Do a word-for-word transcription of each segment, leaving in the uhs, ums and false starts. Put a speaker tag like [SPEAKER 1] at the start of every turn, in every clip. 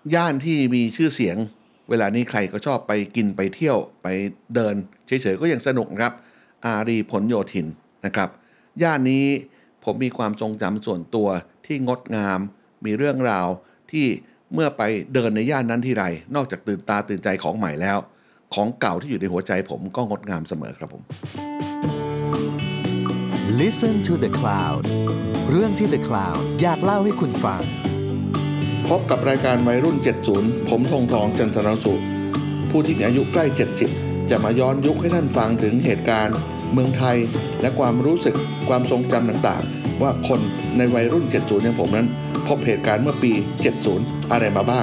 [SPEAKER 1] ย่านที่มีชื่อเสียงเวลานี้ใครก็ชอบไปกินไปเที่ยวไปเดินเฉยๆก็ยังสนุกครับอารีผลโยธินนะครับย่านนี้ผมมีความทรงจำส่วนตัวที่งดงามมีเรื่องราวที่เมื่อไปเดินในย่านนั้นที่ไรนอกจากตื่นตาตื่นใจของใหม่แล้วของเก่าที่อยู่ในหัวใจผมก็งดงามเสมอครับผม
[SPEAKER 2] Listen to the Cloud เรื่องที่ The Cloud อยากเล่าให้คุณฟัง
[SPEAKER 1] พบกับรายการวัยรุ่นเจ็ดสิบผมธงทองจันทรสุผู้ที่มีอายุใกล้เจ็ดสิบจะมาย้อนยุคให้ท่านฟังถึงเหตุการณ์เมืองไทยและความรู้สึกความทรงจำต่างๆว่าคนในวัยรุ่นเจ็ดสิบอย่างผมนั้นพบเหตุการณ์เมื่อปีเจ็ดสิบอะไรมาบ้าง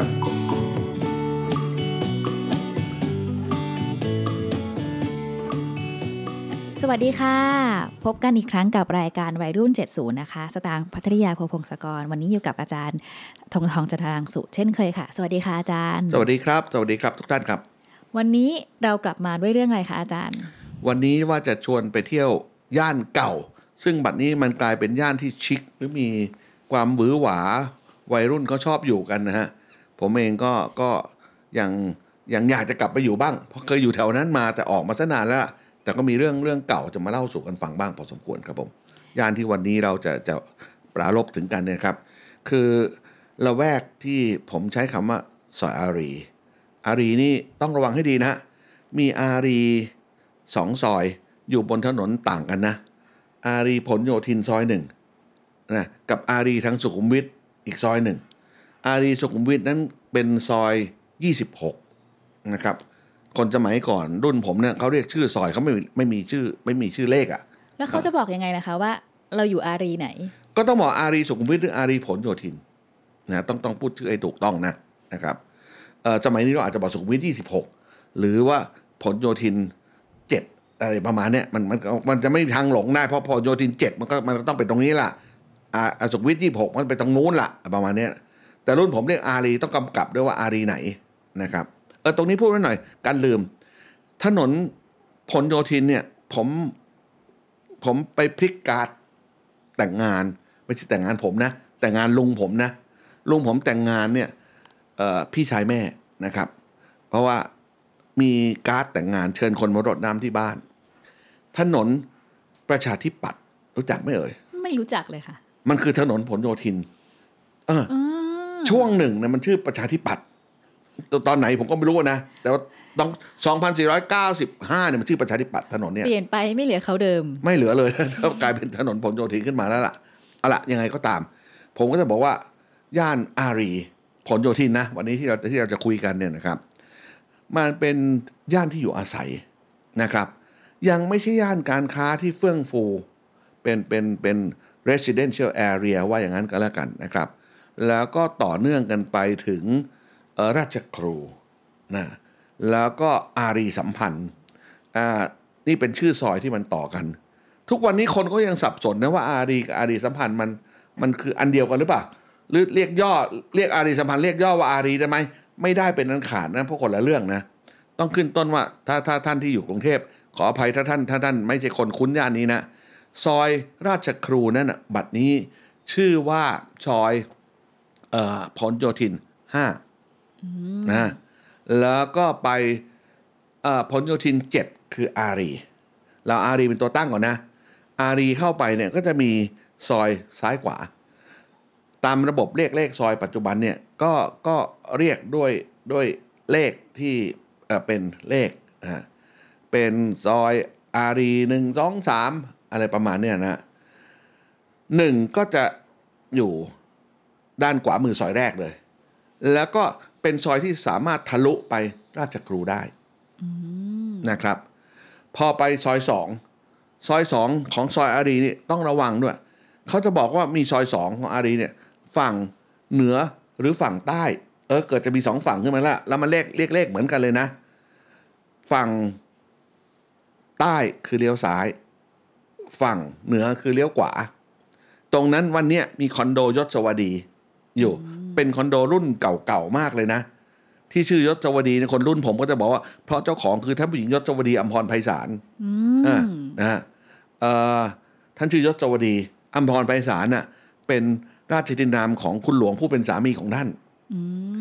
[SPEAKER 3] สวัสดีค่ะพบกันอีกครั้งกับรายการวัยรุ่นเจ็ดสิบนะคะสตางค์ภัทรยาโพพงศกรวันนี้อยู่กับอาจารย์ธงทองจันทรังสุเช่นเคยค่ะสวัสดีค่ะอาจารย์
[SPEAKER 1] สวัสดีครับสวัสดีครับทุกท่านครับ
[SPEAKER 3] วันนี้เรากลับมาด้วยเรื่องอะไรคะอาจารย์
[SPEAKER 1] วันนี้ว่าจะชวนไปเที่ยวย่านเก่าซึ่งบัดนี้มันกลายเป็นย่านที่ชิคหรือมีความหวือหวาวัยรุ่นเขาชอบอยู่กันนะฮะผมเองก็ก็ยังยังอยากจะกลับไปอยู่บ้างเพราะเคยอยู่แถวนั้นมาแต่ออกมาซะนานแล้วแต่ก็มีเรื่องเรื่องเก่าจะมาเล่าสู่กันฟังบ้างพอสมควรครับผมย่านที่วันนี้เราจะจะปรารภถึงกันเนี่ยครับคือละแวกที่ผมใช้คำว่าซอยอารีอารีนี่ต้องระวังให้ดีนะมีอารีสองซอยอยู่บนถนนต่างกันนะอารีผลโยธินซอยหนึ่งนะกับอารีทางสุขุมวิทอีกซอยหนึ่งอารีสุขุมวิทนั้นเป็นซอยยี่สิบหกนะครับคนสมัยก่อนรุ่นผมเนี่ยเขาเรียกชื่อซอยเขาไม่ไม่มีชื่อไม่มีชื่อเลขอ่ะ
[SPEAKER 3] แล้วเขาจะบอกยังไงนะคะว่าเราอยู่อารีไหน
[SPEAKER 1] ก็ต้องบอกอารีสุขุมวิทหรืออารีผลโยธินนะต้องต้องพูดชื่อให้ถูกต้องนะนะครับเอ่อสมัยนี้เราอาจจะบอกสุขุมวิทยี่สิบหกหรือว่าผลโยธินเจ็ดอะไรประมาณเนี้ยมันมันมันจะไม่มีทางหลงได้เพราะพอโยธินเจ็ดมันก็มันต้องเป็นตรงนี้ล่ะอ่าสุขุมวิทยี่สิบหกมันไปตรงนู้นล่ะประมาณเนี้ยแต่รุ่นผมเรียกอารีต้องกำกับด้วยว่าอารีไหนนะครับเออตรงนี้พูดไว้หน่อยการลืมถนนผลโยธินเนี่ยผมผมไปพลิกการ์ดแต่งงานไม่ใช่แต่งงานผมนะแต่งงานลุงผมนะลุงผมแต่งงานเนี่ยเอ่อพี่ชายแม่นะครับเพราะว่ามีการ์ดแต่งงานเชิญคนมารดน้ำที่บ้านถนนประชาธิปัตย์รู้จักไหมเอ่ย
[SPEAKER 3] ไม่รู้จักเลยค่ะ
[SPEAKER 1] มันคือถนนผลโยธินเออช่วงหนึ่งนะมันชื่อประชาธิปัตย์ตอนไหนผมก็ไม่รู้นะแต่ว่าต้องสองพันสี่ร้อยเก้าสิบห้าเนี่ยมันชื่อประชาธิปัตย์ถนนเนี่ย
[SPEAKER 3] เปลี่ยนไปไม่เหลือเขาเดิม
[SPEAKER 1] ไม่เหลือเลยกลายเป็นถนนผลโยธินขึ้นมาแล้วล่ะเอาล่ะยังไงก็ตามผมก็จะบอกว่าย่านอารีผลโยธินนะวันนี้ที่เราที่เราจะคุยกันเนี่ยนะครับมันเป็นย่านที่อยู่อาศัยนะครับยังไม่ใช่ย่านการค้าที่เฟื่องฟูเป็นเป็นเป็น residential area ว่าอย่างนั้นก็แล้วกันนะครับแล้วก็ต่อเนื่องกันไปถึงราชครูนะแล้วก็อารีสัมพันธ์อ่านี่เป็นชื่อซอยที่มันต่อกันทุกวันนี้คนก็ยังสับสนนะว่าอารีกับอารีสัมพันธ์มันมันคืออันเดียวกันหรือเปล่าหรือเรียกย่อเรียกอารีสัมพันธ์เรียกย่อว่าอารีได้ไหมไม่ได้เป็นอันขาดนะเพราะคนละเรื่องนะต้องขึ้นต้นว่าถ้าถ้าท่านที่อยู่กรุงเทพขออภัยถ้าท่านถ้าท่านไม่ใช่คนคุ้นย่านนี้นะซอยราชครูนั่นนะบัดนี้ชื่อว่าซอยเอ่อผลโยธินห้านะแล้วก็ไปเอ่อผลโยธินเจ็ดคืออารีเราอารีเป็นตัวตั้งก่อนนะอารีเข้าไปเนี่ยก็จะมีซอยซ้ายขวาตามระบบเรียกเลขซอยปัจจุบันเนี่ยก็ก็เรียกด้วยด้วยเลขที่เอ่อเป็นเลขนะเป็นซอยอารีหนึ่งสองสามอะไรประมาณเนี่ยนะหนึ่งก็จะอยู่ด้านขวามือซอยแรกเลยแล้วก็เป็นซอยที่สามารถทะลุไปราชครูได้นะครับพอไปซอยสองซอยสองของซอยอารีนี่ต้องระวังด้วยเขาจะบอกว่ามีซอยสองของอารีเนี่ยฝั่งเหนือหรือฝั่งใต้เออเกิดจะมีสองฝั่งขึ้นมาแล้วแล้วมันเลขเรียกเลขเหมือนกันเลยนะฝั่งใต้คือเลี้ยวซ้ายฝั่งเหนือคือเลี้ยวขวาตรงนั้นวันนี้มีคอนโดยศวดีอยู่เป็นคอนโดรุ่นเก่าๆมากเลยนะที่ชื่อยศวดีคนรุ่นผมก็จะบอกว่าเพราะเจ้าของคือท่านผู้หญิงยศวดีอัมพรไพศาลอ่านะฮะท่านชื่อยศวดีอัมพรไพศาลน่ะเป็นราชธินามของคุณหลวงผู้เป็นสามีของท่าน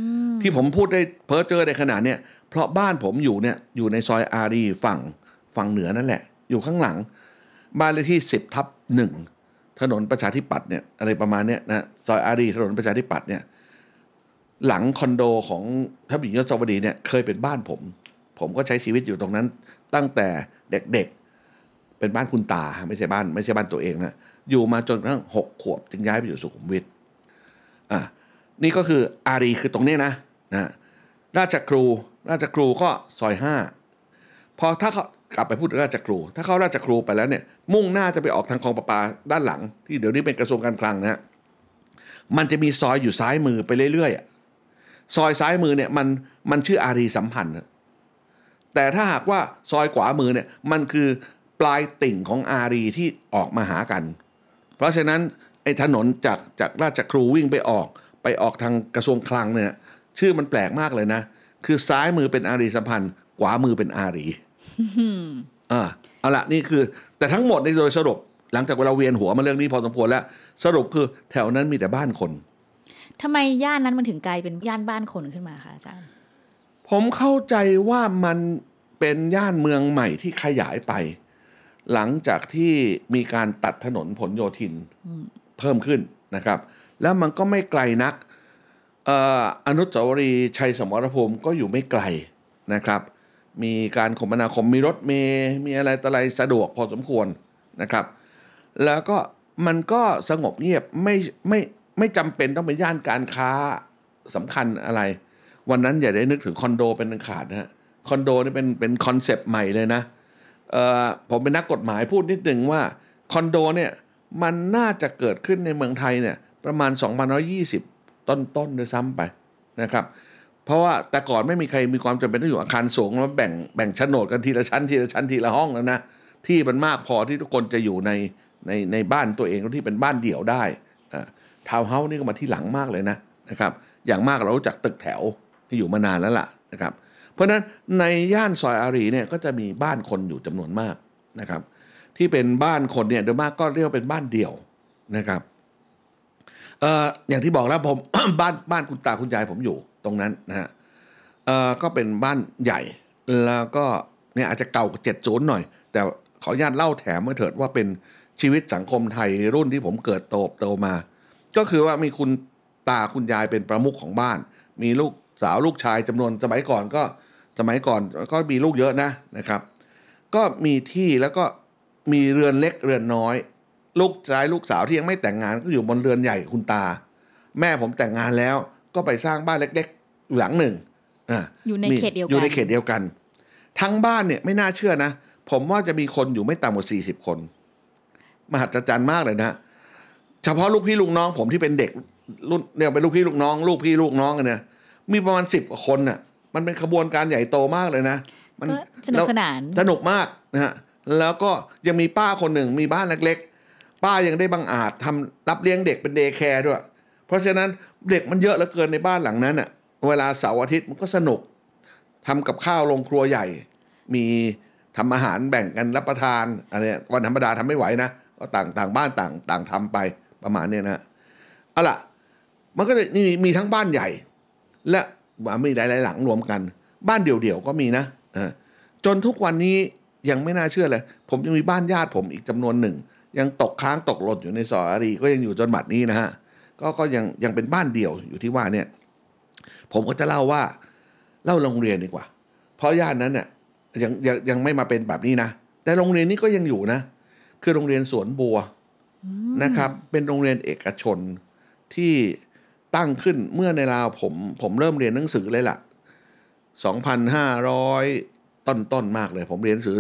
[SPEAKER 1] ที่ผมพูดได้เพ้อเจ้อในขนาดเนี้ยเพราะบ้านผมอยู่เนี่ยอยู่ในซอยอารีฝั่งฝั่งเหนือนั่นแหละอยู่ข้างหลังบ้านเลขที่สิบทับหนึ่งถนนประชาธิปัตย์เนี่ยอะไรประมาณเนี้ยนะซอยอารีถนนประชาธิปัตย์เนี่ยหลังคอนโดของท่านหญิงยศวดีเนี่ยเคยเป็นบ้านผมผมก็ใช้ชีวิตอยู่ตรงนั้นตั้งแต่เด็กๆเป็นบ้านคุณตาไม่ใช่บ้านไม่ใช่บ้านตัวเองนะอยู่มาจนกระทั่งหกขวบจึงย้ายไปอยู่สุขุมวิทอ่ะนี่ก็คืออารีคือตรงนี้นะนะราชครูราชครูก็ซอยห้าพอถ้าเขากลับไปพูดราชครูถ้าเข้าราชครูไปแล้วเนี่ยมุ่งหน้าจะไปออกทางคลองประปาด้านหลังที่เดี๋ยวนี้เป็นกระทรวงการคลังนะมันจะมีซอยอยู่ซ้ายมือไปเรื่อยๆซอยซ้ายมือเนี่ยมันมันชื่ออารีสัมพันธ์แต่ถ้าหากว่าซอยขวามือเนี่ยมันคือปลายติ่งของอารีที่ออกมาหากันเพราะฉะนั้นไอ้ถนนจากจากราชครูวิ่งไปออกไปออกทางกระทรวงคลังเนี่ยชื่อมันแปลกมากเลยนะคือซ้ายมือเป็นอารีสัมพันธ์ขวามือเป็นอารีอ่าเอาละนี่คือแต่ทั้งหมดในโดยสรุปหลังจากเราเวียนหัวมาเรื่องนี้พอสมควรแล้วสรุปคือแถวนั้นมีแต่บ้านคน
[SPEAKER 3] ทำไมย่านนั้นมันถึงกลายเป็นย่านบ้านคนขึ้นมาคะอาจารย์
[SPEAKER 1] ผมเข้าใจว่ามันเป็นย่านเมืองใหม่ที่ขยายไปหลังจากที่มีการตัดถนนผลโยธินเพิ่มขึ้นนะครับแล้วมันก็ไม่ไกลนักเอ่ออนุสาวรีย์ชัยสมรภูมิก็อยู่ไม่ไกลนะครับมีการคมนาคมมีรถเมล์มีอะไรต่ออะไรสะดวกพอสมควรนะครับแล้วก็มันก็สงบเงียบไม่ไม่ไม่จำเป็นต้องเป็นย่านการค้าสำคัญอะไรวันนั้นอย่าได้นึกถึงคอนโดเป็นอันขาดนะฮะคอนโดนี่เป็นเป็นคอนเซปต์ใหม่เลยนะเอ่อผมเป็นนักกฎหมายพูดนิดหนึ่งว่าคอนโดเนี่ยมันน่าจะเกิดขึ้นในเมืองไทยเนี่ยประมาณสองพันหนึ่งร้อยยี่สิบต้นๆด้วยซ้ำไปนะครับเพราะว่าแต่ก่อนไม่มีใครมีความจำเป็นต้องอยู่อาคารสูงแล้วแบ่งแบ่งโฉนดกันทีละชั้นทีละชั้นทีละห้องแล้วนะที่มันมากพอที่ทุกคนจะอยู่ในในในบ้านตัวเองที่เป็นบ้านเดี่ยวได้ทาวน์เฮ้าส์นี่ก็มาที่หลังมากเลยนะนะครับอย่างมากเรารู้จักตึกแถวที่อยู่มานานแล้วล่ะนะครับเพราะฉะนั้นในย่านซอยอารีเนี่ยก็จะมีบ้านคนอยู่จำนวนมากนะครับที่เป็นบ้านคนเนี่ยโดยมากก็เรียกว่าเป็นบ้านเดี่ยวนะครับเอ่ออย่างที่บอกแล้วผม บ้านบ้านคุณตาคุณยายผมอยู่ตรงนั้นนะฮะเอ่อก็เป็นบ้านใหญ่แล้วก็เนี่ยอาจจะเก่ากว่าเจ็ดสิบหน่อยแต่ขออนุญาตเล่าแถมมาเถิดว่าเป็นชีวิตสังคมไทยรุ่นที่ผมเกิดโตโตมาก็คือว่ามีคุณตาคุณยายเป็นประมุขของบ้านมีลูกสาวลูกชายจำนวนสมัยก่อนก็สมัยก่อนก็มีลูกเยอะนะนะครับก็มีที่แล้วก็มีเรือนเล็กเรือนน้อยลูกชายลูกสาวที่ยังไม่แต่งงานก็อยู่บนเรือนใหญ่คุณตาแม่ผมแต่งงานแล้วก็ไปสร้างบ้านเล็กๆหลังหนึ่งอ่า
[SPEAKER 3] อยู่ในเขตเดียวกัน
[SPEAKER 1] อยู่ในเขตเดียวกันทั้งบ้านเนี่ยไม่น่าเชื่อนะผมว่าจะมีคนอยู่ไม่ต่ำกว่าสี่สิบคนมหัศจรรย์มากเลยนะเฉพาะลูกพี่ลูกน้องผมที่เป็นเด็กรุ่นเนี่ยเป็นลูกพี่ลูกน้องลูกพี่ลูกน้องกันเนี่ยมีประมาณสิบกว่าคนน่ะมันเป็นขบวนการใหญ่โตมากเลยนะ
[SPEAKER 3] มันสนุกสนาน
[SPEAKER 1] สนุกมากนะฮะแล้วก็ยังมีป้าคนหนึ่งมีบ้านเล็กๆป้ายังได้บังอาจทำรับเลี้ยงเด็กเป็นเดย์แคร์ด้วยเพราะฉะนั้นเด็กมันเยอะเหลือเกินในบ้านหลังนั้นอ่ะเวลาเสาร์อาทิตย์มันก็สนุกทำกับข้าวลงครัวใหญ่มีทำอาหารแบ่งกันรับประทานอะไรวันธรรมดาทำไม่ไหวนะก็ต่างต่างบ้านต่างต่างทำไปประมาณนี้นะเอาล่ะมันก็จะนี่มีทั้งบ้านใหญ่และมีหลายๆหลังรวมกันบ้านเดี่ยวๆก็มีนะจนทุกวันนี้ยังไม่น่าเชื่อเลยผมยังมีบ้านญาติผมอีกจำนวนหนึ่งยังตกค้างตกหล่นอยู่ในซอยอารีก็ยังอยู่จนบัดนี้นะฮะก็ก็ยังยังเป็นบ้านเดี่ยวอยู่ที่ว่าเนี่ยผมก็จะเล่าว่าเล่าโรงเรียนดีกว่าเพราะย่านนั้นเนี่ยยังยังยังไม่มาเป็นแบบนี้นะแต่โรงเรียนนี้ก็ยังอยู่นะคือโรงเรียนสวนบัวนะครับเป็นโรงเรียนเอกชนที่ตั้งขึ้นเมื่อในราวผมผมเริ่มเรียนหนังสือเลยล่ะ สองพันห้าร้อย ต้นๆมากเลยผมเรียนหนังสือ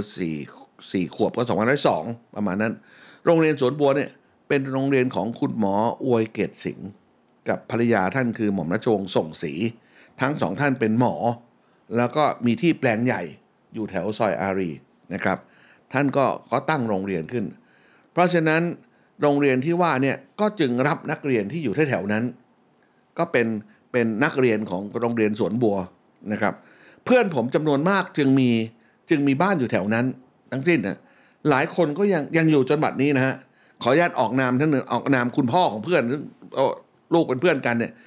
[SPEAKER 1] 4 4ขวบก็สองพันหนึ่งร้อยสองประมาณนั้นโรงเรียนสวนบัวเนี่ยเป็นโรงเรียนของคุณหมออวยเกตสิงห์กับภรรยาท่านคือหม่อมราชวงศ์ส่งศรีทั้งสองท่านเป็นหมอแล้วก็มีที่แปลงใหญ่อยู่แถวซอยอารีนะครับท่านก็ก็ตั้งโรงเรียนขึ้นเพราะฉะนั้นโรงเรียนที่ว่าเนี่ยก็จึงรับนักเรียนที่อยู่แถวๆนั้นก็เป็นเป็นนักเรียนของโรงเรียนสวนบัวนะครับเพื่อนผมจำนวนมากจึงมีจึงมีบ้านอยู่แถวนั้นทั้งสิ้นนะหลายคนก็ยังยังอยู่จนบัดนี้นะฮะขออนุญาตออกนามท่านหนึ่งออกนามคุณพ่อของเพื่อนซึ่งลูกเป็นเพื่อนกันเนี่ย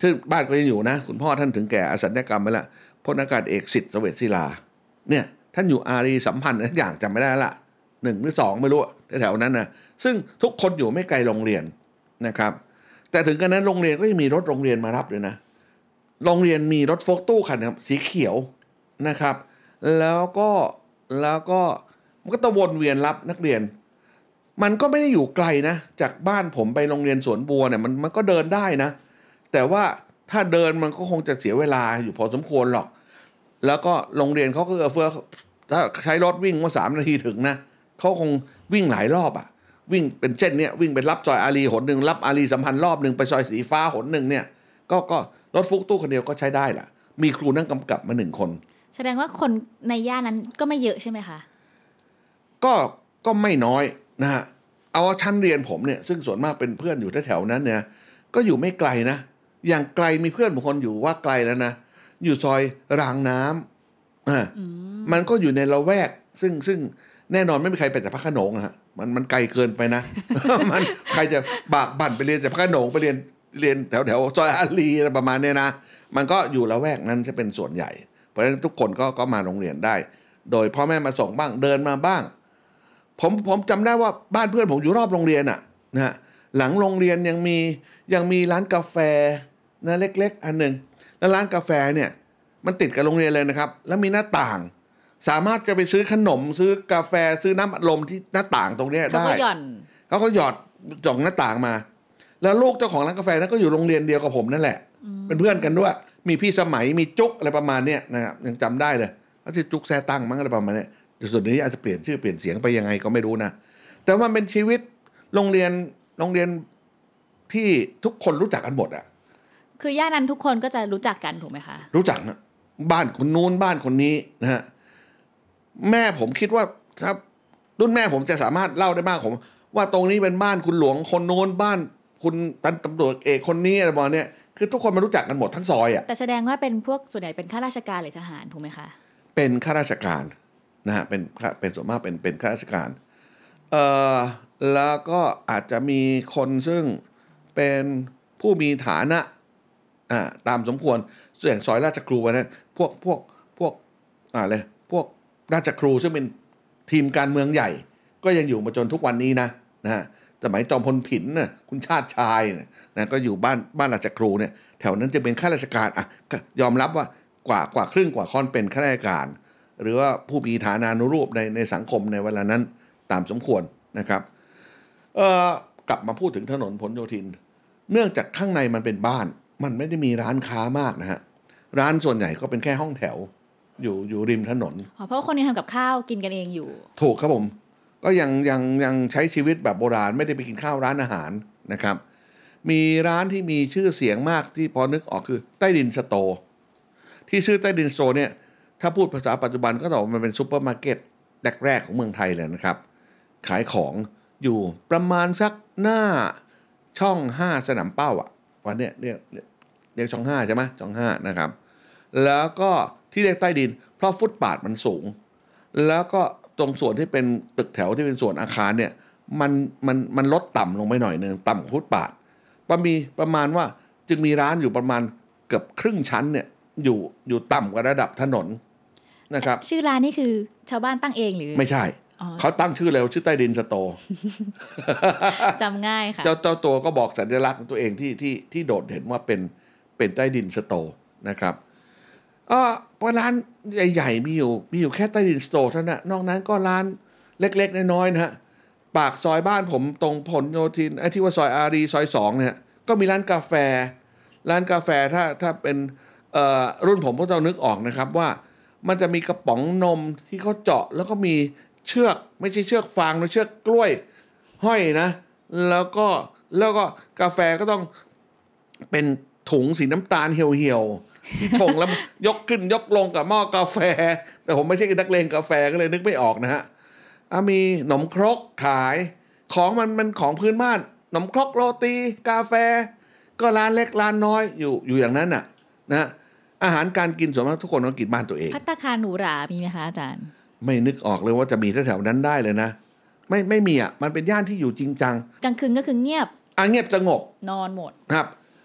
[SPEAKER 1] ซึ่งบ้านก็ยังอยู่นะคุณพ่อท่านถึงแก่อสัญญกรรมไปแล้วพลอากาศเอกสิทธิ์เสวตศิลาเนี่ยท่านอยู่อารีสัมพันธ์ทุกอย่างจำไม่ได้ละหนึ่งหรือสองไม่รู้แถวๆนั้นนะซึ่งทุกคนอยู่ไม่ไกลโรงเรียนนะครับแต่ถึงกันนั้นโรงเรียนก็ยังมีรถโรงเรียนมารับเลยนะโรงเรียนมีรถโฟล์คตู้คันครับสีเขียวนะครับแล้วก็แล้วก็มันก็ตะวนเวียนรับนักเรียนมันก็ไม่ได้อยู่ไกลนะจากบ้านผมไปโรงเรียนสวนบัวเนี่ยมันมันก็เดินได้นะแต่ว่าถ้าเดินมันก็คงจะเสียเวลาอยู่พอสมควรหรอกแล้วก็โรงเรียนเขาก็เอื้อเฟื้อถ้าใช้รถวิ่งว่าสามนาทีถึงนะเขาคงวิ่งหลายรอบอ่ะวิ่งเป็นเช่นเนี้ยวิ่งไปรับซอยอารีหนหนึ่งรับอารีสัมพันธ์รอบหนึ่งไปซอยสีฟ้าหนหนึ่งเนี่ยก็ก็รถฟุกตู้คนเดียวก็ใช้ได้ล่ะมีครูนั่งกำกับมาหนึ่งคน
[SPEAKER 3] แสดงว่าคนในย่านนั้นก็ไม่เยอะใช่ไหมคะ
[SPEAKER 1] ก็ก็ไม่น้อยนะฮะเอาชั้นเรียนผมเนี่ยซึ่งส่วนมากเป็นเพื่อนอยู่แถวๆนั้นเนี่ยก็อยู่ไม่ไกลนะอย่างไกลมีเพื่อนบางคนอยู่ว่าไกลแล้วนะอยู่ซอยรางน้ำอ่ามันก็อยู่ในละแวกซึ่งซึ่งแน่นอนไม่มีใครไปจากพระโขนงฮะมันมันไกลเกินไปนะ มันใครจะบากบั่นไปเรียนจากพระโขนงไปเรียนเรียนแถวแถวซอยอารีอะไรประมาณเนี้ยนะมันก็อยู่ละแวกนั้นจะเป็นส่วนใหญ่เพราะฉะนั้นทุกคนก็ก็มาโรงเรียนได้โดยพ่อแม่มาส่งบ้างเดินมาบ้างผมผมจำได้ว่าบ้านเพื่อนผมอยู่รอบโรงเรียนอ่ะนะฮะหลังโรงเรียนยังมียังมีร้านกาแฟนะเล็กๆอันหนึ่งแล้วร้านกาแฟเนี่ยมันติดกับโรงเรียนเลยนะครับแล้วมีหน้าต่างสามารถจะไปซื้อขนมซื้อกาแฟซื้อน้ำอัดลมที่หน้าต่างตรงนี้ได้เขาก็หย่อนเขาก็หยอดจ่องหน้าต่างมาแล้วลูกเจ้าของร้านกาแฟนั้นก็อยู่โรงเรียนเดียวกับผมนั่นแหละเป็นเพื่อนกันด้วยมีพี่สมัยมีจุ๊กอะไรประมาณเนี้ยนะครับยังจำได้เลยเขาชื่อจุ๊กแซ่ตั้งมั้งอะไรประมาณนี้แต่ส่วนนี้อาจจะเปลี่ยนชื่อเปลี่ยนเสียงไปยังไงก็ไม่รู้นะแต่ว่าเป็นชีวิตโรงเรียนโรงเรียนที่ทุกคนรู้จักกันหมดอ่ะ
[SPEAKER 3] คือย่านนั้นทุกคนก็จะรู้จักกันถูกไหมคะ
[SPEAKER 1] รู้จักนะบ้านคนนู้นบ้านคนนี้นะฮะแม่ผมคิดว่าถ้ารุ่นแม่ผมจะสามารถเล่าได้มากผมว่าตรงนี้เป็นบ้านคุณหลวงคนโน้นบ้านคุณตำรวจเอกคนนี้อะไรประมาณนี้คือทุกคนมารู้จักกันหมดทั้งซอยอ่ะ
[SPEAKER 3] แต่แสดงว่าเป็นพวกส่วนใหญ่เป็นข้าราชการหรือทหารถูกไหมคะ
[SPEAKER 1] เป็นข้าราชการนะฮะเป็นเป็นส่วนมากเป็นเป็นข้าราชการเอ่อแล้วก็อาจจะมีคนซึ่งเป็นผู้มีฐานะอ่าตามสมควรส่วนซอยราชครูนะพวกพวกพวกอะไรพวกราชครูซึ่งเป็นทีมการเมืองใหญ่ก็ยังอยู่มาจนทุกวันนี้นะนะฮะสมัยจอมพลผินน่ะคุณชาติชายนะก็อยู่บ้านบ้านราชครูเนี่ยแถวนั้นจะเป็นข้าราชการอ่ะยอมรับว่ากว่ากว่าครึ่งกว่าค่อนเป็นข้าราชการหรือว่าผู้มีฐานานุรูปในในสังคมในเวลานั้นตามสมควรนะครับเอ่อกลับมาพูดถึงถนนผลโยธินเนื่องจากข้างในมันเป็นบ้านมันไม่ได้มีร้านค้ามากนะฮะร้านส่วนใหญ่ก็เป็นแค่ห้องแถวอยู่อยู่ริมถนน
[SPEAKER 3] อ๋อเพราะคนนี้ทำกับข้าวกินกันเองอยู่
[SPEAKER 1] ถูกครับผมก็ยังยังยังใช้ชีวิตแบบโบราณไม่ได้ไปกินข้าวร้านอาหารนะครับมีร้านที่มีชื่อเสียงมากที่พอนึกออกคือใต้ดินสโตร์ที่ชื่อใต้ดินสโตร์เนี่ยถ้าพูดภาษาปัจจุบันก็ต้องมันเป็นซุปเปอร์มาร์เก็ตแรกๆของเมืองไทยเลยนะครับขายของอยู่ประมาณสักหน้าช่องห้าสนามเป้าอ่ะวันเนี้ยเรียกเรียกช่องห้าใช่ไหมช่องห้านะครับแล้วก็ที่เรียกใต้ดินเพราะฟุตบาทมันสูงแล้วก็ตรงส่วนที่เป็นตึกแถวที่เป็นส่วนอาคารเนี่ยมันมันมันลดต่ำลงไปหน่อยนึงต่ำกว่าฟุตบาทประมีประมาณว่าจึงมีร้านอยู่ประมาณเกือบครึ่งชั้นเนี่ยอยู่อยู่ต่ำกว่าระดับถนนนะครับ
[SPEAKER 3] ชื่อร้านนี่คือชาวบ้านตั้งเองหรือ
[SPEAKER 1] ไม่ใช่เขาตั้งชื่อแล้วชื่อใต้ดินสโตร์
[SPEAKER 3] จำง่ายค่ะ
[SPEAKER 1] เจ้าเจ้าตัวก็บอกสัญลักษณ์ของตัวเองที่ที่ที่โดดเด่นว่าเป็นเป็นใต้ดินสโตร์นะครับเออร้านใหญ่ๆมีอยู่มีอยู่แค่ใต้ดินสโตร์เท่านั้นนอกนั้นก็ร้านเล็กๆน้อยๆนะฮะปากซอยบ้านผมตรงผลโยธินไอ้ที่ว่าซอยอารีซอยสองเนี่ยก็มีร้านกาแฟร้านกาแฟถ้าถ้าเป็นเอ่อรุ่นผมก็ต้องนึกออกนะครับว่ามันจะมีกระป๋องนมที่เขาเจาะแล้วก็มีเชือกไม่ใช่เชือกฟางหรือเชือกกล้วยห้อยนะแล้วก็แล้วก็กาแฟก็ต้องเป็นถุงสีน้ำตาลเหี่ยวๆที่ชงแล้วยกขึ้นยกลงกับหม้อกาแฟแต่ผมไม่ใช่นักเลงกาแฟก็เลยนึกไม่ออกนะฮะมีขนมครกขายของมันมันของพื้นบ้านขนมครกโรตีกาแฟก็ร้านเล็กร้านน้อยอยู่อยู่อย่างนั้นน่ะนะอาหารการกินส่วนมากทุกคนต้องกินบ้านตัวเอง
[SPEAKER 3] ภัตตาคารหรูหรามีไหมคะอาจารย์
[SPEAKER 1] ไม่นึกออกเลยว่าจะมีแถวๆนั้นได้เลยนะไม่ไม่มีอ่ะมันเป็นย่านที่อยู่จริงจัง
[SPEAKER 3] กลางคืนก็คือเงียบ
[SPEAKER 1] อ่ะเงียบสงบ
[SPEAKER 3] นอนหมด
[SPEAKER 1] ครับ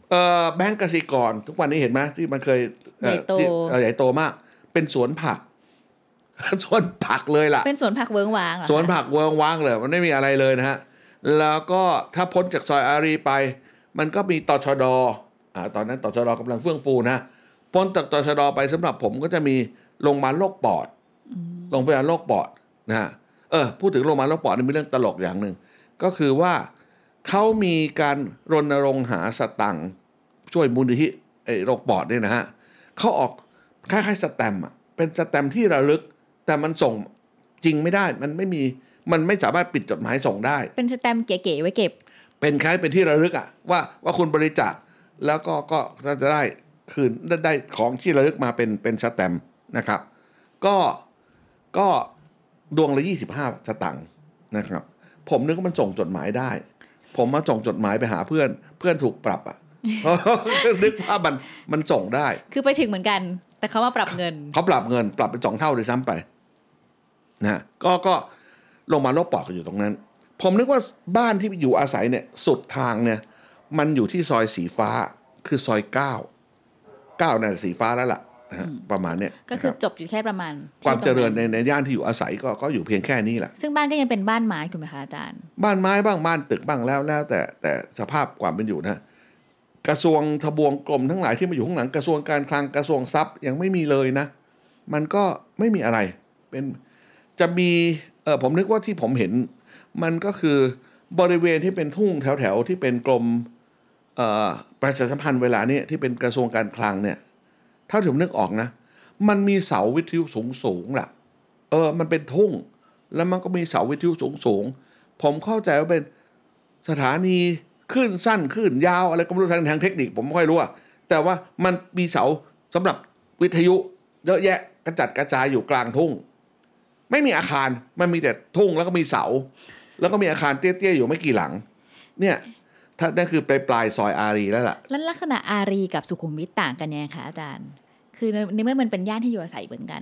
[SPEAKER 1] เอ่อแบงก์กสิกรทุกวันนี้เห็นไหมที่มันเคย
[SPEAKER 3] ใหญ่โต
[SPEAKER 1] ที่ใหญ่โตมากเป็นสวนผัก สวนผักเลยล่ะ
[SPEAKER 3] เป็นสวนผักเวิ้งว้างเหรอ
[SPEAKER 1] สวนผักเวิ้งว้างเลยมันไม่มีอะไรเลยนะฮะแล้วก็ถ้าพ้นจากซอยอารีไปมันก็มีตชดอ่าตอนนั้นตชดกำลังเฟื่องฟูนะพ้นจากตชดไปสำหรับผมก็จะมีโรงพยาบาลโรคปอดโรงพยาบาลโรคปอดนะฮะเออพูดถึงโรงพยาบาลโรคปอดนี่มีเรื่องตลกอย่างหนึ่งก็คือว่าเขามีการรณรงค์หาสตังค์ช่วยมูลนิธิไอ้โรคปอดเนี่ยนะฮะเขาออกคล้ายๆสแตมป์อ่ะเป็นสแตมป์ที่ระลึกแต่มันส่งจริงไม่ได้มันไม่มีมันไม่สามารถปิดจดหมายส่งได้
[SPEAKER 3] เป็นสแตมป์เก๋ๆไว้เก็บ
[SPEAKER 1] เป็นคล้ายเป็นที่ระลึกอ่ะว่าว่าคุณบริจาคแล้วก็ก็จะได้คืนได้ของที่ระลึกมาเป็นเป็นสแตมป์นะครับก็ก็ดวงละยี่สิบห้าสตังค์นะครับผมนึกว่ามันส่งจดหมายได้ผมมาส่งจดหมายไปหาเพื่อนเพื่อนถูกปรับอ่ะ นึกว่ามันมันส่งได้
[SPEAKER 3] คือไปถึงเหมือนกันแต่เขามาปรับเงิน
[SPEAKER 1] เขาปรับเงินปรับเป็นสองเท่าเลยซ้ำไปนะก็ก็ลงมาโรคปอดอยู่ตรงนั้นผมนึกว่าบ้านที่อยู่อาศัยเนี่ยสุดทางเนี่ยมันอยู่ที่ซอยสีฟ้าคือซอยเก้าเก้าน่ะสีฟ้าแล้วล่ะนะฮะประมาณเนี้ย
[SPEAKER 3] ก็คือจบอยู่แค่ประมาณ
[SPEAKER 1] ความเจริญในในย่านที่อยู่อาศัยก็ก็อยู่เพียงแค่นี้แหละ
[SPEAKER 3] ซึ่งบ้านก็ยังเป็นบ้านไม้ถูกไหมคะอาจารย์
[SPEAKER 1] บ้านไม้บ้างบ้านตึกบ้างแล้วแล้วแต่แต่สภาพความเป็นอยู่นะกระทรวงทบวงกรมทั้งหลายที่มาอยู่ข้างหลังกระทรวงการคลังกระทรวงทรัพย์ยังไม่มีเลยนะมันก็ไม่มีอะไรเป็นจะมีเออผมนึกว่าที่ผมเห็นมันก็คือบริเวณที่เป็นทุ่งแถวๆที่เป็นกรมเอ่อประชาสัมพันธ์เวลานี้ที่เป็นกระทรวงการคลังเนี่ยถ้าผมนึกออกนะมันมีเสาวิทยุสูงๆล่ะเออมันเป็นทุ่งแล้วมันก็มีเสาวิทยุสูงๆผมเข้าใจว่าเป็นสถานีขึ้นสั้นขึ้นยาวอะไรก็ไม่รู้ทางทางเทคนิคผมไม่ค่อยรู้อะแต่ว่ามันมีเสาสำหรับวิทยุเยอะแยะกระจัดกระจายอยู่กลางทุ่งไม่มีอาคารมันมีแต่ทุ่งแล้วก็มีเสาแล้วก็มีอาคารเตี้ยๆอยู่ไม่กี่หลังเนี่ยถ้านั่นคือปลายปลายซอยอารีแล้วล่ะ
[SPEAKER 3] แล้วลักษณะอารีกับสุขุมวิทต่างกันยังไงคะอาจารย์คือในเมื่อมันเป็นย่านที่อยู่อาศัยเหมือนกัน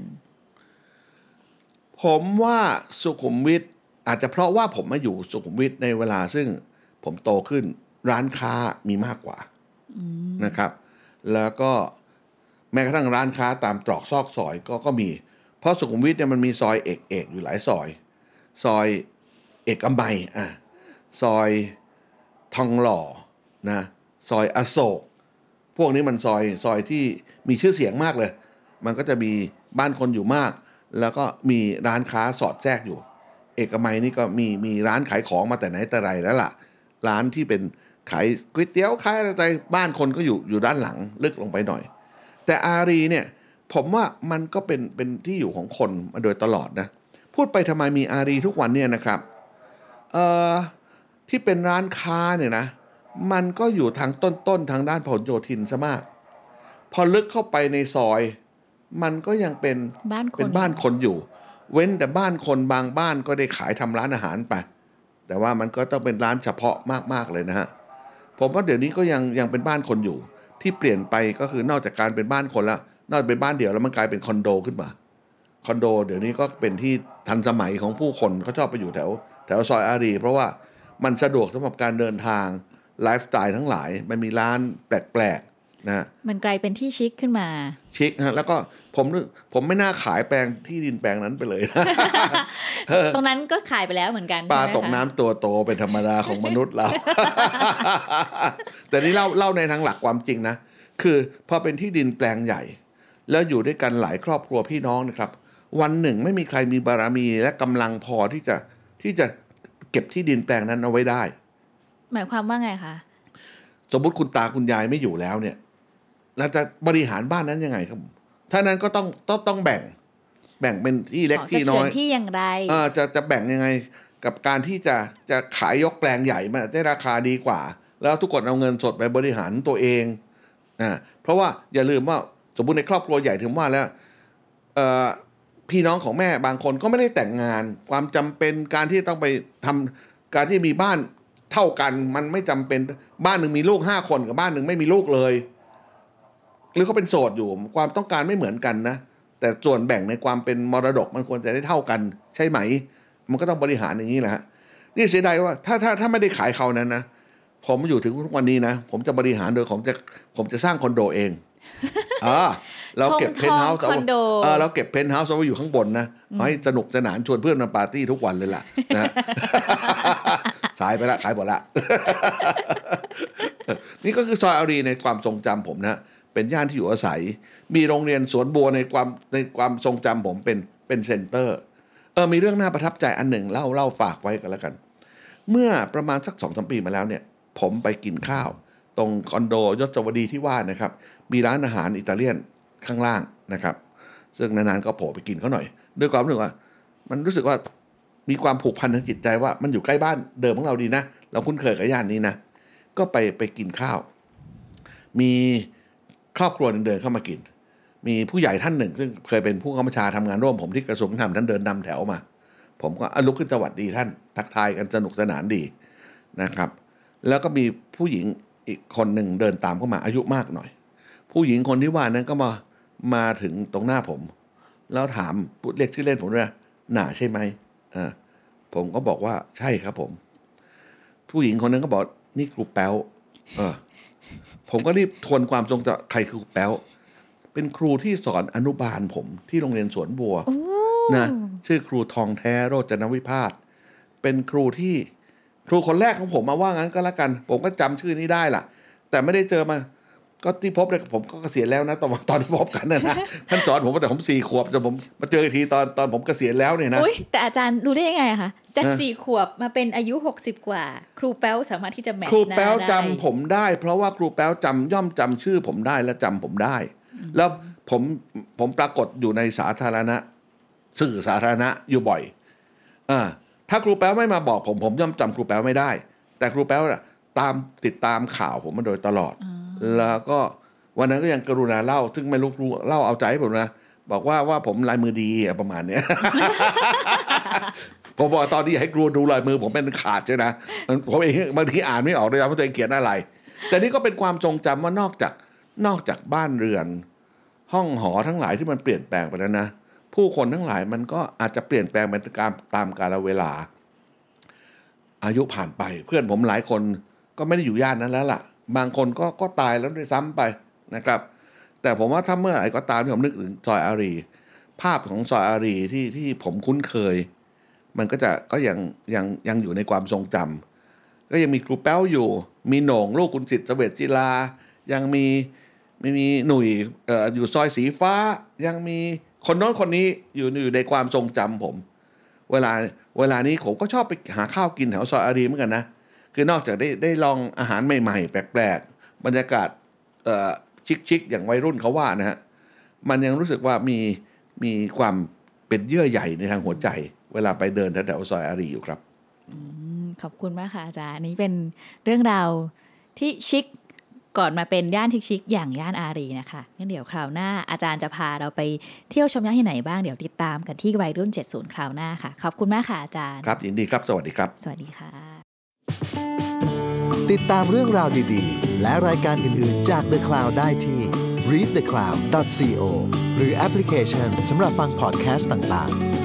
[SPEAKER 1] ผมว่าสุขุมวิทอาจจะเพราะว่าผมมาอยู่สุขุมวิทในเวลาซึ่งผมโตขึ้นร้านค้ามีมากกว่านะครับแล้วก็แม้กระทั่งร้านค้าตามตรอกซอกซอยก็ก็มีเพราะสุขุมวิทเนี่ยมันมีซอยเอกเอกอยู่หลายซอยซอยเอกมัยอ่ะซอยทองหล่อนะซอยอโศกพวกนี้มันซอยซอยที่มีชื่อเสียงมากเลยมันก็จะมีบ้านคนอยู่มากแล้วก็มีร้านค้าสอดแทรกอยู่เอกมัยนี่ก็มีมีร้านขายของมาแต่ไหนแต่ไรแล้วล่ะร้านที่เป็นขายก๋วยเตี๋ยวขายอะไรบ้านคนก็อยู่อยู่ด้านหลังลึกลงไปหน่อยแต่อารีเนี่ยผมว่ามันก็เป็นเป็นที่อยู่ของคนมาโดยตลอดนะพูดไปทำไมมีอารีทุกวันเนี่ยนะครับเอ่อที่เป็นร้านค้าเนี่ยนะมันก็อยู่ทางต้นๆทางด้านผลโยธินซะมากพอลึกเข้าไปในซอยมันก็ยังเป็น
[SPEAKER 3] บ้านคน
[SPEAKER 1] เป็นบ้านคนอยู่เว้นแต่บ้านคนบางบ้านก็ได้ขายทำร้านอาหารไปแต่ว่ามันก็ต้องเป็นร้านเฉพาะมากๆเลยนะฮะผมว่าเดี๋ยวนี้ก็ยังยังเป็นบ้านคนอยู่ที่เปลี่ยนไปก็คือนอกจากการเป็นบ้านคนแล้วนอกจากเป็นบ้านเดี่ยวแล้วมันกลายเป็นคอนโดขึ้นมาคอนโดเดี๋ยวนี้ก็เป็นที่ทันสมัยของผู้คนเขาชอบไปอยู่แถวแถวซอยอารีเพราะว่ามันสะดวกสำหรับการเดินทางไลฟ์สไตล์ทั้งหลายมันมีร้านแปลกๆนะ
[SPEAKER 3] มันกลายเป็นที่ชิคขึ้นมา
[SPEAKER 1] ชิคฮะแล้วก็ผมผมไม่น่าขายแปลงที่ดินแปลงนั้นไปเลยนะ
[SPEAKER 3] ตรงนั้นก็ขายไปแล้วเหมือนกัน
[SPEAKER 1] ปลาตกน้ำตัวโตเป็นธรรมดาของมนุษย์เรา แต่นี่เล่าเล่าในทางหลักความจริงนะคือพอเป็นที่ดินแปลงใหญ่แล้วอยู่ด้วยกันหลายครอบครัวพี่น้องนะครับวันหนึ่งไม่มีใครมีบารมีและกำลังพอที่จะที่จะเก็บที่ดินแปลงนั้นเอาไว้ได้
[SPEAKER 3] หมายความว่าไงคะ
[SPEAKER 1] สมมุติคุณตาคุณยายไม่อยู่แล้วเนี่ยเราจะบริหารบ้านนั้นยังไงครับถ้านั้นก็ต้องต้องต้องแบ่งแบ่งเป็นที่เล็กที่น้อย
[SPEAKER 3] ที่อย่างไร
[SPEAKER 1] เออจะจะแบ่งยังไงกับการที่จะจะขายยกแปลงใหญ่มันได้ราคาดีกว่าแล้วทุกคนเอาเงินสดไปบริหารตัวเองอ่าเพราะว่าอย่าลืมว่าสมมุติในครอบครัวใหญ่ถึงว่าแล้วเอ่อพี่น้องของแม่บางคนก็ไม่ได้แต่งงานความจำเป็นการที่ต้องไปทำการที่มีบ้านเท่ากันมันไม่จำเป็นบ้านหนึ่งมีลูกห้าคนกับบ้านหนึ่งไม่มีลูกเลยหรือเขาเป็นโสดอยู่ความต้องการไม่เหมือนกันนะแต่ส่วนแบ่งในความเป็นมรดกมันควรจะได้เท่ากันใช่ไหมมันก็ต้องบริหารอย่างนี้แหละฮะนี่เสียดายว่าถ้าถ้าถ้าไม่ได้ขายเขานั้นนะผมอยู่ถึงทุกวันนี้นะผมจะบริหารโดยผมจะผมจะสร้างคอนโดเองอ่าเราเก็บเพนท์เฮาส์เอาเออเราเก็บเพนท์เฮาส์เอาไว้อยู่ข้างบนนะให้สนุกสนานชวนเพื่อนมาปาร์ตี้ทุกวันเลยล่ะนะ สายไปละขายหมดละ นี่ก็คือซอยอารีในความทรงจำผมนะเป็นย่านที่อยู่อาศัยมีโรงเรียนสวนบัวในความในความทรงจำผมเป็นเป็นเซ็นเตอร์เออมีเรื่องน่าประทับใจอันหนึ่งเล่าเล่าฝากไว้กันแล้วกันเมื่อประมาณสัก สองถึงสาม ปีมาแล้วเนี่ยผมไปกินข้าวตรงคอนโดยศวดีที่ว่านะครับมีร้านอาหารอิตาเลียนข้างล่างนะครับซึ่งนานๆก็โผล่ไปกินเขาหน่อยด้วยความรู้สึกว่ามันรู้สึกว่ามีความผูกพันทางจิตใจว่ามันอยู่ใกล้บ้านเดิมของเราดีนะเราคุ้นเคยกับย่านนี้นะก็ไปไปกินข้าวมีครอบครัวหนึ่งเดินเข้ามากินมีผู้ใหญ่ท่านหนึ่งซึ่งเคยเป็นผู้กำกับทำงานร่วมผมที่กระทรวงยุติธรรมท่านเดินนำแถวมาผมก็ลุกขึ้นสวัสดีท่านทักทายกันสนุกสนานดีนะครับแล้วก็มีผู้หญิงอีกคนหนึ่งเดินตามเข้ามาอายุมากหน่อยผู้หญิงคนที่ว่านั้นก็มามาถึงตรงหน้าผมแล้วถามเรียกชื่อเล่นผมด้วยหน่าใช่ไหมอ่าผมก็บอกว่าใช่ครับผมผู้หญิงคนนั้นก็บอกนี่ครูแป๊วเออผมก็รีบทวนความทรงจำใครคือครูแป๊วเป็นครูที่สอนอนุบาลผมที่โรงเรียนสวนบัวนะชื่อครูทองแท้โรจนวิพาสเป็นครูที่ครูคนแรกของผมมาว่างั้นก็แล้วกันผมก็จำชื่อนี้ได้ล่ะแต่ไม่ได้เจอมาก็ที่พบเนี่ยผมก็เกษียณแล้วนะตอนตอนที่พบกันนะนะท่านสอนผมแต่ผมสี่ขวบจนผมมาเจออีกทีตอนตอนผมเกษียณแล้วเนี่ยนะ
[SPEAKER 3] อุ๊ยแต่อาจารย์รู้ได้ยังไงอะคะจากสี่ขวบมาเป็นอายุหกสิบกว่าครูแป๊วสามารถที่จะแมทช์ได้ครู
[SPEAKER 1] แป๊วจำผมได้เพราะว่าครูแป๊วจำย่อมจำชื่อผมได้และจำผมได้แล้วผมผมปรากฏอยู่ในสาธารณะสื่อสาธารณะอยู่บ่อยอ่าถ้าครูแป๊วไม่มาบอกผมผมย่อมจำครูแป๊วไม่ได้แต่ครูแป๊วน่ะตามติดตามข่าวผมมาโดยตลอดแล้วก็วันนั้นก็ยังกรุณาเล่าซึ่งไม่รู้ครูเล่าเอาใจให้ผมนะบอกว่าว่าผมลายมือดีประมาณเนี้ย ผมบอกตอนนี้ให้ครูดูลายมือผมเป็นขาดใช่นะผมเองบางทีอ่านไม่ออกเลยนะว่าตัวเองเขียนอะไรแต่นี่ก็เป็นความทรงจำว่านอกจากนอกจากบ้านเรือนห้องหอทั้งหลายที่มันเปลี่ยนแปลงไปแล้วนะผู้คนทั้งหลายมันก็อาจจะเปลี่ยนแปลงไปตามตามกาลเวลาอายุผ่านไปเพื่อนผมหลายคนก็ไม่ได้อยู่ย่านนั้นแล้วล่ะบางคนก็ก็ตายแล้วด้วยซ้ำไปนะครับแต่ผมว่าถ้าเมื่อไหร่ก็ตามที่ผมนึกถึงซอยอารีภาพของซอยอารีที่ที่ผมคุ้นเคยมันก็จะก็ยังยังยังอยู่ในความทรงจำก็ยังมีครูแป๊วอยู่มีโหน่งลูกคุณสิทธิ์เสวตจิลายังมีไม่มีหนุ่ยเอ่ออยู่ซอยสีฟ้ายังมีคนโน้นคนนี้อยู่อยู่ในความทรงจำผมเวลาเวลานี้ผมก็ชอบไปหาข้าวกินแถวซอยอารีเหมือนกันนะคือนอกจากได้ได้ลองอาหารใหม่ๆแปลกๆบรรยากาศเอ่อชิคๆอย่างวัยรุ่นเขาว่านะฮะมันยังรู้สึกว่ามีมีความเป็นเยื่อใยในทางหัวใจเวลาไปเดินแถวๆซอยอารีอยู่ครับ
[SPEAKER 3] ขอบคุณมากค่ะอาจารย์นี่เป็นเรื่องราวที่ชิคก่อนมาเป็นย่านชิคๆอย่างย่านอารีนะคะงั้นเดี๋ยวคราวหน้าอาจารย์จะพาเราไปเที่ยวชมย่านที่ไหนบ้างเดี๋ยวติดตามกันที่วัยรุ่นเจ็ดสิบคราวหน้าค่ะขอบคุณมากค่ะอาจารย์
[SPEAKER 1] ครับยินดีครับสวัสดีครับ
[SPEAKER 3] สวัสดีค่ะ
[SPEAKER 2] ติดตามเรื่องราวดีๆและรายการอื่นๆจาก The Cloud ได้ที่ รีด เดอะ คลาวด์ ดอท ซี โอ หรือแอปพลิเคชันสำหรับฟังพอดแคสต์ต่างๆ